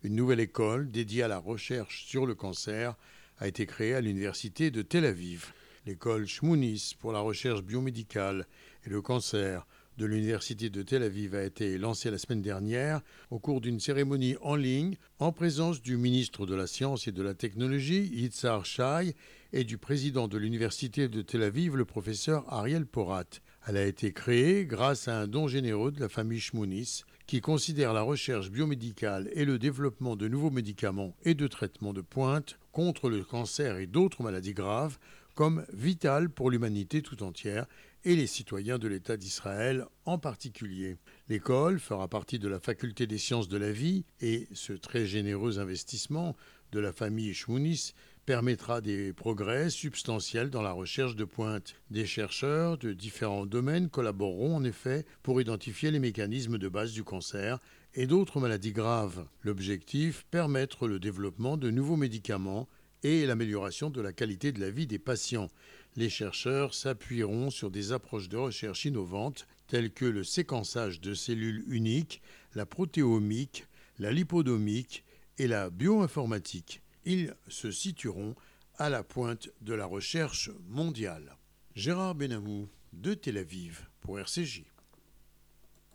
Une nouvelle école dédiée à la recherche sur le cancer a été créée à l'université de Tel Aviv. L'école Shmounis pour la recherche biomédicale et le cancer de l'université de Tel Aviv a été lancée la semaine dernière au cours d'une cérémonie en ligne en présence du ministre de la Science et de la Technologie, Yitzhar Shai, et du président de l'université de Tel Aviv, le professeur Ariel Porat. Elle a été créée grâce à un don généreux de la famille Shmounis qui considère la recherche biomédicale et le développement de nouveaux médicaments et de traitements de pointe contre le cancer et d'autres maladies graves comme vital pour l'humanité tout entière et les citoyens de l'État d'Israël en particulier. L'école fera partie de la faculté des sciences de la vie et ce très généreux investissement de la famille Shmounis permettra des progrès substantiels dans la recherche de pointe. Des chercheurs de différents domaines collaboreront en effet pour identifier les mécanismes de base du cancer et d'autres maladies graves. L'objectif, permettre le développement de nouveaux médicaments et l'amélioration de la qualité de la vie des patients. Les chercheurs s'appuieront sur des approches de recherche innovantes telles que le séquençage de cellules uniques, la protéomique, la lipodomique et la bioinformatique. Ils se situeront à la pointe de la recherche mondiale. Gérard Benamou de Tel Aviv pour RCJ.